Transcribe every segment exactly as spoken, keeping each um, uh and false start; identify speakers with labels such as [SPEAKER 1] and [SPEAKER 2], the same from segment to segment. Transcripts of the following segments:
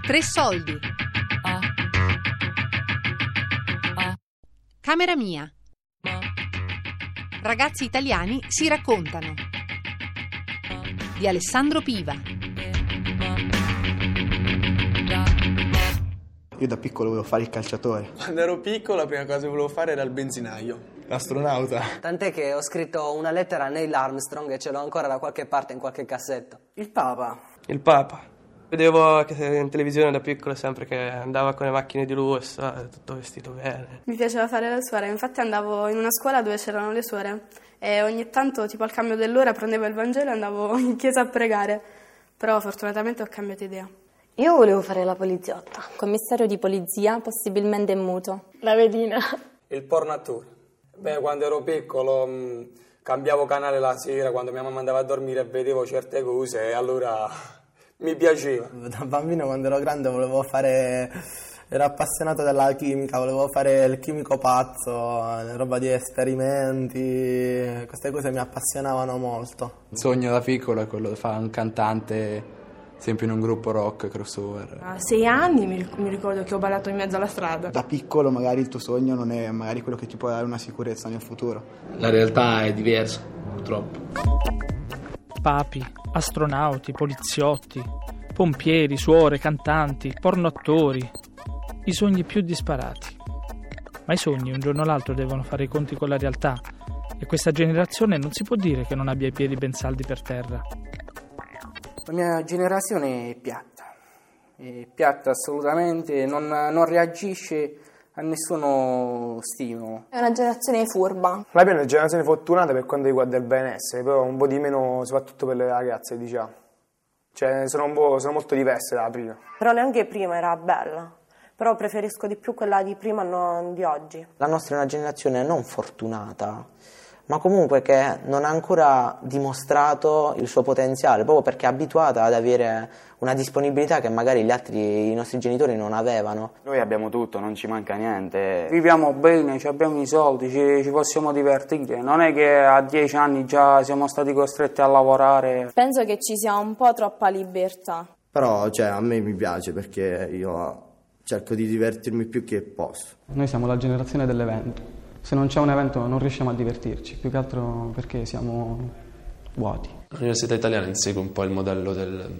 [SPEAKER 1] Tre soldi. Camera mia. Ragazzi italiani si raccontano. Di Alessandro Piva.
[SPEAKER 2] Io da piccolo volevo fare il calciatore.
[SPEAKER 3] Quando ero piccolo la prima cosa che volevo fare era il benzinaio.
[SPEAKER 2] L'astronauta.
[SPEAKER 4] Tant'è che ho scritto una lettera a Neil Armstrong e ce l'ho ancora da qualche parte in qualche cassetto.
[SPEAKER 3] Il Papa.
[SPEAKER 5] Il Papa. Vedevo che in televisione da piccolo sempre che andava con le macchine di lusso, tutto vestito bene.
[SPEAKER 6] Mi piaceva fare la suora, infatti andavo in una scuola dove c'erano le suore e ogni tanto, tipo al cambio dell'ora, prendevo il Vangelo e andavo in chiesa a pregare, però fortunatamente ho cambiato idea.
[SPEAKER 7] Io volevo fare la poliziotta. Commissario di polizia, possibilmente muto.
[SPEAKER 8] La vedina.
[SPEAKER 3] Il pornatore. Beh, quando ero piccolo mh, cambiavo canale la sera, quando mia mamma andava a dormire e vedevo certe cose e allora mi piaceva.
[SPEAKER 2] Da bambino, quando ero grande, volevo fare... ero appassionato della chimica, volevo fare il chimico pazzo, roba di esperimenti, queste cose mi appassionavano molto.
[SPEAKER 9] Il sogno da piccolo è quello di fare un cantante sempre in un gruppo rock crossover.
[SPEAKER 8] A sei anni mi, mi ricordo che ho ballato in mezzo alla strada.
[SPEAKER 2] Da piccolo magari il tuo sogno non è magari quello che ti può dare una sicurezza nel futuro.
[SPEAKER 9] La realtà è diversa, purtroppo.
[SPEAKER 10] Papi, astronauti, poliziotti, pompieri, suore, cantanti, pornoattori. I sogni più disparati. Ma i sogni un giorno o l'altro devono fare i conti con la realtà e questa generazione non si può dire che non abbia i piedi ben saldi per terra.
[SPEAKER 3] La mia generazione è piatta, è piatta assolutamente, non, non reagisce a nessuno stimolo.
[SPEAKER 7] È una generazione furba.
[SPEAKER 3] La mia è una generazione fortunata per quanto riguarda il benessere, però un po' di meno soprattutto per le ragazze, diciamo. Cioè sono, un po', sono molto diverse dalla prima.
[SPEAKER 11] Però neanche prima era bella, però preferisco di più quella di prima non di oggi.
[SPEAKER 12] La nostra è una generazione non fortunata, ma comunque che non ha ancora dimostrato il suo potenziale, proprio perché è abituata ad avere una disponibilità che magari gli altri, i nostri genitori non avevano.
[SPEAKER 13] Noi abbiamo tutto, non ci manca niente.
[SPEAKER 3] Viviamo bene, abbiamo i soldi, ci, ci possiamo divertire, non è che a dieci anni già siamo stati costretti a lavorare.
[SPEAKER 7] Penso che ci sia un po' troppa libertà.
[SPEAKER 14] Però cioè, a me mi piace perché io cerco di divertirmi più che posso.
[SPEAKER 15] Noi siamo la generazione dell'evento. Se non c'è un evento non riusciamo a divertirci, più che altro perché siamo vuoti.
[SPEAKER 16] L'università italiana insegue un po' il modello del,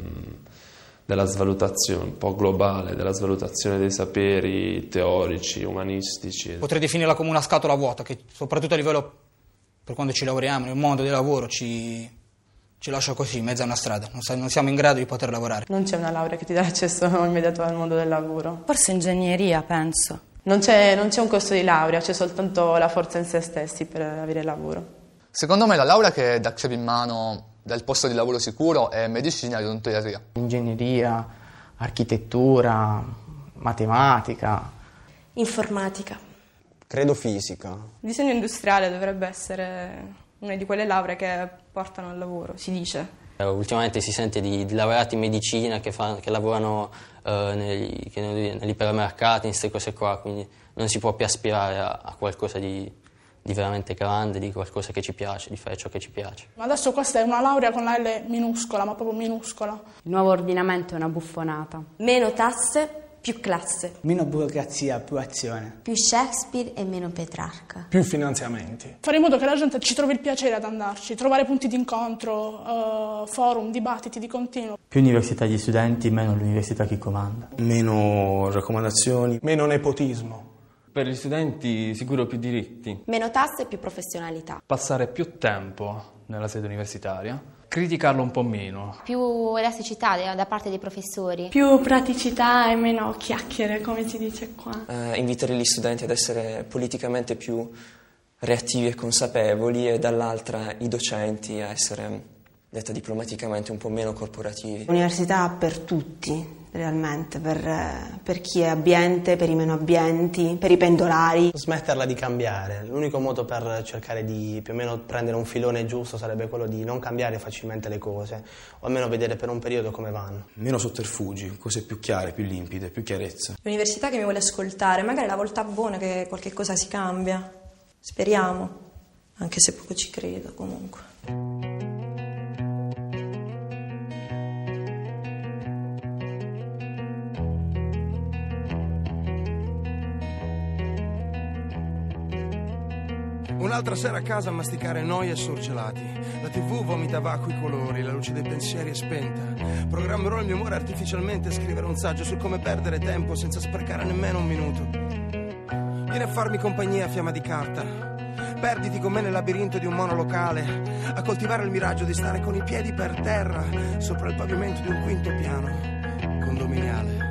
[SPEAKER 16] della svalutazione, un po' globale, della svalutazione dei saperi teorici, umanistici.
[SPEAKER 17] Potrei definirla come una scatola vuota, che soprattutto a livello, per quando ci lavoriamo, nel mondo del lavoro ci, ci lascia così, in mezzo a una strada, non, sa, non siamo in grado di poter lavorare.
[SPEAKER 8] Non c'è una laurea che ti dà accesso immediato al mondo del lavoro.
[SPEAKER 18] Forse ingegneria, penso.
[SPEAKER 8] Non c'è, non c'è un corso di laurea, c'è soltanto la forza in se stessi per avere lavoro.
[SPEAKER 19] Secondo me la laurea che dà chiave in mano del posto di lavoro sicuro è medicina e odontoiatria.
[SPEAKER 15] Ingegneria, architettura, matematica.
[SPEAKER 11] Informatica.
[SPEAKER 2] Credo fisica.
[SPEAKER 6] Disegno industriale dovrebbe essere una di quelle lauree che portano al lavoro, si dice.
[SPEAKER 4] Ultimamente si sente di, di laureati in medicina che, fa, che lavorano eh, negli, che negli ipermercati, in queste cose qua, quindi non si può più aspirare a, a qualcosa di, di veramente grande, di qualcosa che ci piace, di fare ciò che ci piace.
[SPEAKER 8] Ma adesso questa è una laurea con la L minuscola, ma proprio minuscola.
[SPEAKER 18] Il nuovo ordinamento è una buffonata.
[SPEAKER 11] Meno tasse, più classe.
[SPEAKER 3] Meno burocrazia, più azione.
[SPEAKER 11] Più Shakespeare e meno Petrarca.
[SPEAKER 3] Più finanziamenti.
[SPEAKER 8] Fare in modo che la gente ci trovi il piacere ad andarci, trovare punti d'incontro, uh, forum, dibattiti di continuo.
[SPEAKER 20] Più università di studenti, meno l'università chi comanda.
[SPEAKER 2] Meno raccomandazioni.
[SPEAKER 3] Meno nepotismo.
[SPEAKER 16] Per gli studenti sicuro più diritti.
[SPEAKER 11] Meno tasse e più professionalità.
[SPEAKER 16] Passare più tempo nella sede universitaria. Criticarlo un po' meno.
[SPEAKER 3] Più elasticità da parte dei professori.
[SPEAKER 8] Più praticità e meno chiacchiere, come si dice qua.
[SPEAKER 7] Eh, invitare gli studenti ad essere politicamente più reattivi e consapevoli e dall'altra i docenti a essere, detta diplomaticamente, un po' meno corporativi.
[SPEAKER 11] Università per tutti, realmente, per, per chi è abbiente, per i meno abbienti, per i pendolari.
[SPEAKER 2] Smetterla di cambiare. L'unico modo per cercare di più o meno prendere un filone giusto sarebbe quello di non cambiare facilmente le cose, o almeno vedere per un periodo come vanno.
[SPEAKER 14] Meno sotterfugi, cose più chiare, più limpide, più chiarezza.
[SPEAKER 11] L'università che mi vuole ascoltare, magari la volta buona che qualche cosa si cambia. Speriamo, anche se poco ci credo comunque.
[SPEAKER 21] Un'altra sera a casa a masticare noia e sorgelati. La tivù vomitava acqua i colori, la luce dei pensieri è spenta. Programmerò il mio umore artificialmente, scrivere un saggio su come perdere tempo senza sprecare nemmeno un minuto. Vieni a farmi compagnia, fiamma di carta. Perditi con me nel labirinto di un monolocale, a coltivare il miraggio di stare con i piedi per terra, sopra il pavimento di un quinto piano condominiale.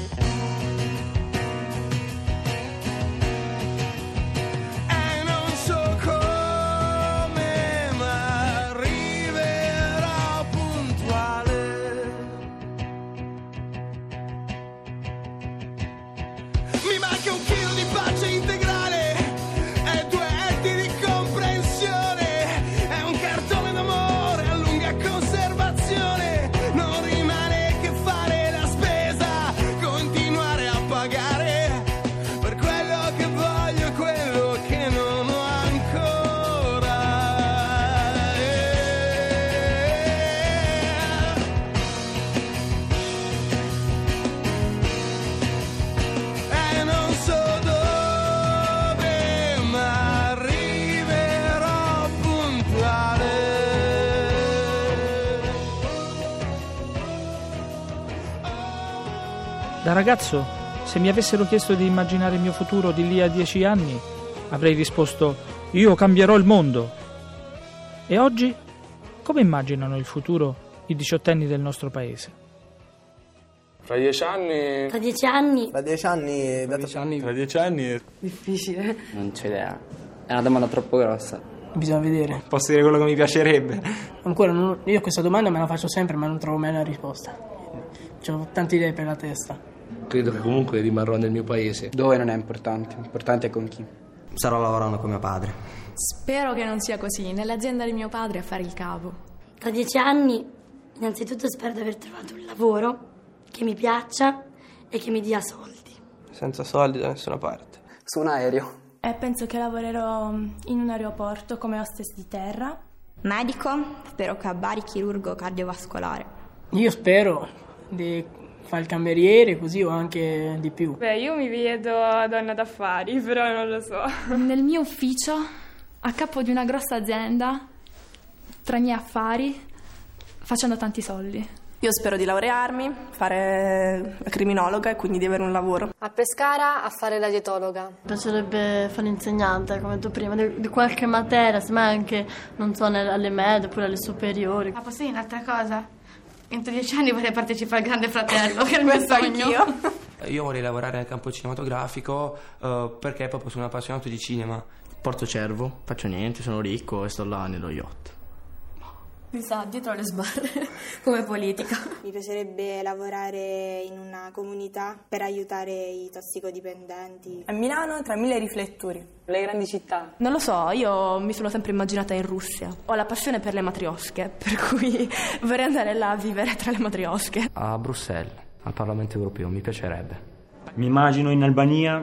[SPEAKER 10] Da ragazzo, se mi avessero chiesto di immaginare il mio futuro di lì a dieci anni, avrei risposto: io cambierò il mondo. E oggi, come immaginano il futuro i diciottenni del nostro paese?
[SPEAKER 3] Fra dieci anni...
[SPEAKER 22] Fra dieci anni...
[SPEAKER 2] Fra dieci anni...
[SPEAKER 5] Fra dieci anni...
[SPEAKER 3] Fra dieci anni...
[SPEAKER 22] Difficile.
[SPEAKER 23] Non c'ho idea. È una domanda troppo grossa.
[SPEAKER 5] Bisogna vedere.
[SPEAKER 23] Posso dire quello che mi piacerebbe.
[SPEAKER 5] Ancora, non, io questa domanda me la faccio sempre, ma non trovo mai la risposta. Ho tante idee per la testa.
[SPEAKER 24] Credo che comunque rimarrò nel mio paese.
[SPEAKER 23] Dove non è importante, l'importante è con chi.
[SPEAKER 20] Starò lavorando con mio padre.
[SPEAKER 25] Spero che non sia così, nell'azienda di mio padre a fare il capo.
[SPEAKER 22] Tra dieci anni, innanzitutto spero di aver trovato un lavoro che mi piaccia e che mi dia soldi.
[SPEAKER 5] Senza soldi da nessuna parte.
[SPEAKER 23] Su un aereo.
[SPEAKER 25] E penso che lavorerò in un aeroporto come hostess di terra.
[SPEAKER 26] Medico, spero che a Bari chirurgo cardiovascolare.
[SPEAKER 5] Io spero di fare il cameriere così o anche di più.
[SPEAKER 27] Beh, io mi vedo donna d'affari, però non lo so.
[SPEAKER 25] Nel mio ufficio, a capo di una grossa azienda, tra i miei affari, facendo tanti soldi.
[SPEAKER 28] Io spero di laurearmi, fare la criminologa e quindi di avere un lavoro.
[SPEAKER 29] A Pescara a fare la dietologa.
[SPEAKER 30] Mi piacerebbe fare l'insegnante, come detto prima, di, di qualche materia, semmai anche, non so, nelle, alle medie oppure alle superiori.
[SPEAKER 31] Ma posso dire un'altra cosa? Entro dieci anni vorrei partecipare al Grande Fratello, che è il mio sogno.
[SPEAKER 32] Io vorrei lavorare nel campo cinematografico uh, perché proprio sono appassionato di cinema.
[SPEAKER 20] Porto cervo, faccio niente, sono ricco e sto là nello yacht.
[SPEAKER 31] Mi sa, dietro le sbarre, come politica.
[SPEAKER 26] Mi piacerebbe lavorare in una comunità per aiutare i tossicodipendenti.
[SPEAKER 28] A Milano, tra mille riflettori.
[SPEAKER 31] Le grandi città. Non lo so, io mi sono sempre immaginata in Russia. Ho la passione per le matriosche, per cui vorrei andare là a vivere tra le matriosche.
[SPEAKER 20] A Bruxelles, al Parlamento Europeo, mi piacerebbe.
[SPEAKER 33] Mi immagino in Albania,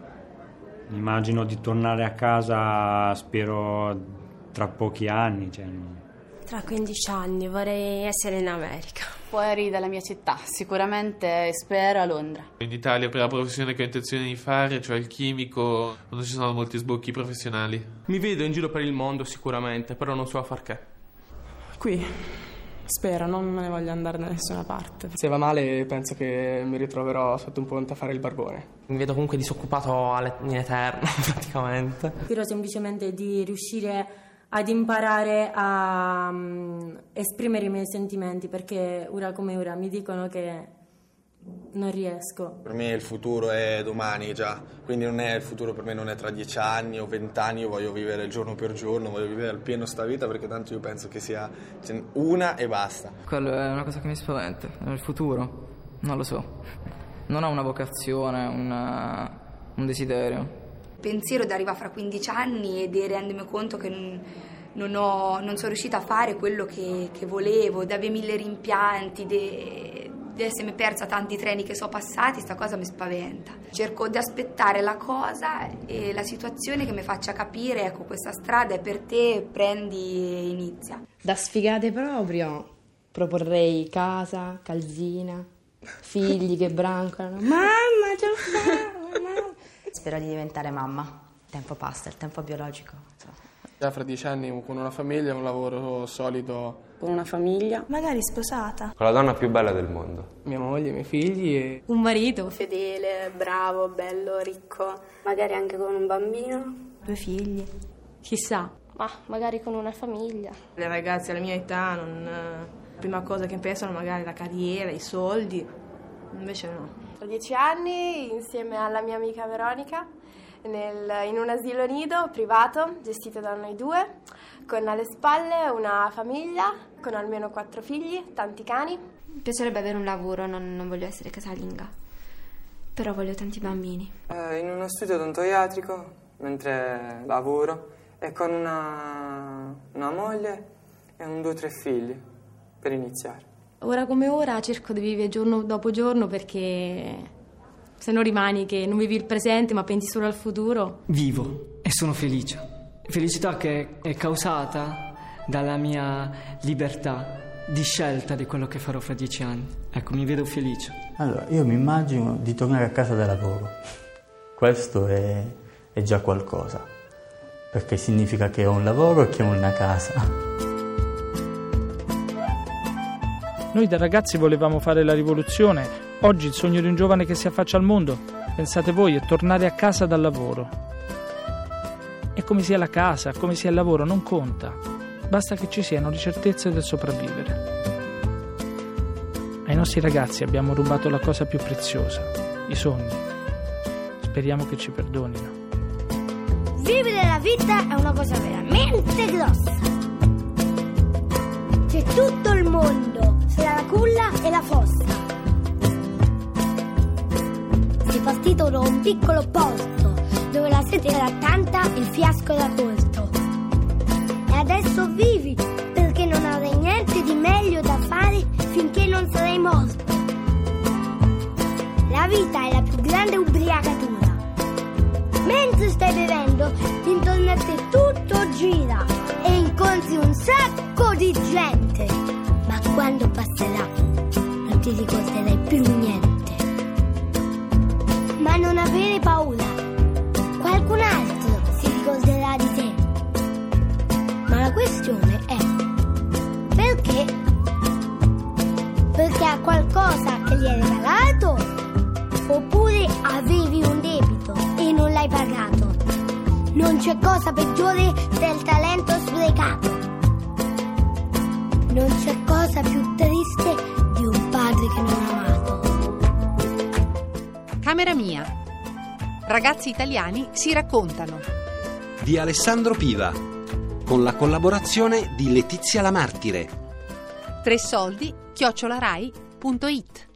[SPEAKER 33] mi immagino di tornare a casa, spero, tra pochi anni, cioè...
[SPEAKER 26] Tra quindici anni vorrei essere in America.
[SPEAKER 18] Fuori dalla mia città, sicuramente spero a Londra.
[SPEAKER 34] In Italia per la professione che ho intenzione di fare, cioè il chimico, non ci sono molti sbocchi professionali.
[SPEAKER 5] Mi vedo in giro per il mondo sicuramente, però non so a far che.
[SPEAKER 28] Qui, spero, non me ne voglio andare da nessuna parte.
[SPEAKER 5] Se va male penso che mi ritroverò sotto un ponte a fare il barbone. Mi vedo comunque disoccupato in eterno praticamente.
[SPEAKER 11] Spero semplicemente di riuscire ad imparare a um, esprimere i miei sentimenti, perché ora come ora mi dicono che non riesco.
[SPEAKER 35] Per me il futuro è domani già, quindi non è il futuro per me non è tra dieci anni o vent'anni, io voglio vivere giorno per giorno, voglio vivere al pieno sta vita, perché tanto io penso che sia una e basta.
[SPEAKER 23] Quello è una cosa che mi spaventa, il futuro, non lo so, non ho una vocazione, una, un desiderio.
[SPEAKER 36] Pensiero di arrivare fra quindici anni e di rendermi conto che non, non, ho, non sono riuscita a fare quello che, che volevo, di avere mille rimpianti, di, di essermi persa tanti treni che sono passati, sta cosa mi spaventa. Cerco di aspettare la cosa e la situazione che mi faccia capire, ecco, questa strada è per te, prendi e inizia.
[SPEAKER 18] Da sfigate proprio, proporrei casa, calzina, figli che brancolano. Mamma, ce l'ho fatta, mamma.
[SPEAKER 37] Spero di diventare mamma. Il tempo passa, il tempo biologico.
[SPEAKER 1] Già fra dieci anni con una famiglia, un lavoro solido.
[SPEAKER 2] Con una famiglia.
[SPEAKER 31] Magari sposata.
[SPEAKER 4] Con la donna più bella del mondo.
[SPEAKER 5] Mia moglie, i miei figli e...
[SPEAKER 2] Un marito.
[SPEAKER 26] Fedele, bravo, bello, ricco. Magari anche con un bambino.
[SPEAKER 31] Due figli.
[SPEAKER 2] Chissà.
[SPEAKER 29] Ma magari con una famiglia.
[SPEAKER 31] Le ragazze alla mia età non... La prima cosa che pensano magari la carriera, i soldi. Invece no.
[SPEAKER 29] Tra dieci anni, insieme alla mia amica Veronica, nel, in un asilo nido privato gestito da noi due, con alle spalle una famiglia, con almeno quattro figli, tanti cani.
[SPEAKER 6] Mi piacerebbe avere un lavoro, non, non voglio essere casalinga, però voglio tanti bambini.
[SPEAKER 7] Eh, in uno studio odontoiatrico, mentre lavoro, e con una, una moglie e un due o tre figli, per iniziare.
[SPEAKER 11] Ora come ora cerco di vivere giorno dopo giorno, perché se no rimani che non vivi il presente ma pensi solo al futuro.
[SPEAKER 8] Vivo e sono felice. Felicità che è causata dalla mia libertà di scelta di quello che farò fra dieci anni. Ecco, mi vedo felice.
[SPEAKER 9] Allora, io mi immagino di tornare a casa da lavoro. Questo è, è già qualcosa, perché significa che ho un lavoro e che ho una casa.
[SPEAKER 10] Noi da ragazzi volevamo fare la rivoluzione. Oggi il sogno di un giovane che si affaccia al mondo, pensate voi, è tornare a casa dal lavoro. E come sia la casa, come sia il lavoro, non conta. Basta che ci siano le certezze del sopravvivere. Ai nostri ragazzi abbiamo rubato la cosa più preziosa, i sogni. Speriamo che ci perdonino.
[SPEAKER 22] Vivere la vita è una cosa veramente grossa. C'è tutto il mondo fra la culla e la fossa. Sei partito da un piccolo posto dove la sete era tanta e il fiasco era corto. E adesso vivi perché non avrai niente di meglio da fare finché non sarai morto. La vita è la più grande ubriacatura. Mentre stai bevendo, intorno a te tutto gira e incontri un sacco di gente. Ma quando passerà, non ti ricorderai più niente. Ma non avere paura, qualcun altro si ricorderà di te. Ma la questione è: perché? Perché ha qualcosa che gli hai regalato? Oppure avevi un debito e non l'hai pagato? Non c'è cosa peggiore del talento sprecato. Non c'è cosa più triste di un padre che non ha amato.
[SPEAKER 12] Camera mia. Ragazzi italiani si raccontano.
[SPEAKER 13] Di Alessandro Piva, con la collaborazione di Letizia La Martire.
[SPEAKER 12] Tre soldi, chiocciolarai punto it.